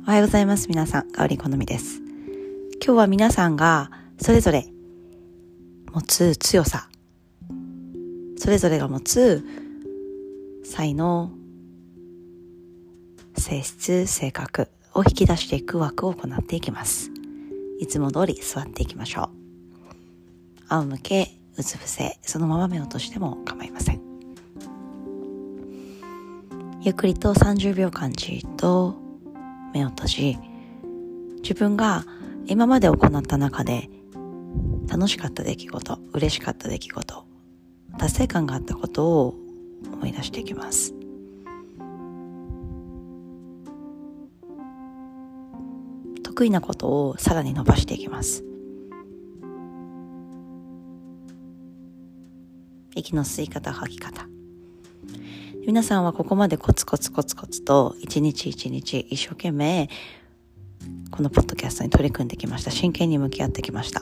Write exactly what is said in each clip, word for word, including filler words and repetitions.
おはようございます。皆さん、かおりこのみです。今日は皆さんがそれぞれ持つ強さ、それぞれが持つ才能、性質、性格を引き出していく枠を行っていきます。いつも通り座っていきましょう。仰向け、うつ伏せ、そのまま目を落としても構いません。ゆっくりとさんじゅうびょうかんじっと目を閉じ、自分が今まで行った中で楽しかった出来事、嬉しかった出来事、達成感があったことを思い出していきます。得意なことをさらに伸ばしていきます。息の吸い方、吐き方。皆さんはここまでコツコツコツコツと一日一日一生懸命このポッドキャストに取り組んできました。真剣に向き合ってきました。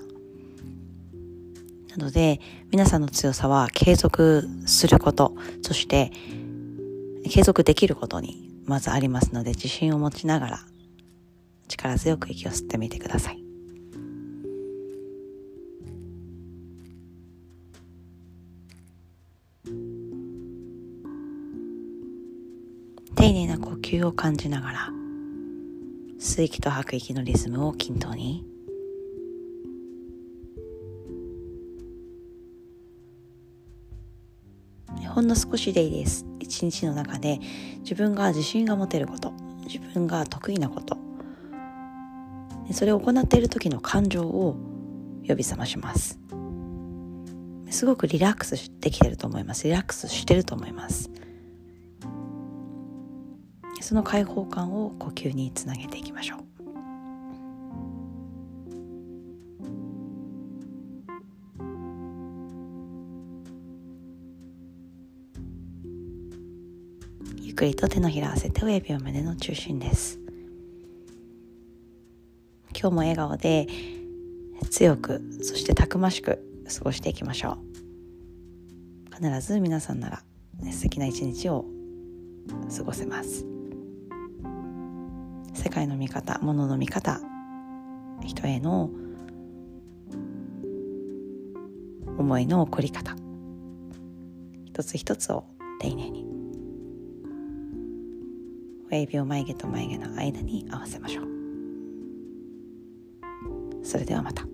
なので皆さんの強さは継続すること、そして継続できることにまずありますので、自信を持ちながら力強く息を吸ってみてください。丁寧な呼吸を感じながら、吸う息と吐く息のリズムを均等に。ほんの少しでいいです。一日の中で自分が自信が持てること、自分が得意なこと、それを行っている時の感情を呼び覚まします。すごくリラックスできていると思います。リラックスしていると思います。その解放感を呼吸につなげていきましょう。ゆっくりと手のひらを合わせて親指を胸の中心です。今日も笑顔で強く、そしてたくましく過ごしていきましょう。必ず皆さんなら、ね、素敵な一日を過ごせます。世界の見方、物の見方、人への思いの起こり方、一つ一つを丁寧に親指を眉毛と眉毛の間に合わせましょう。それではまた。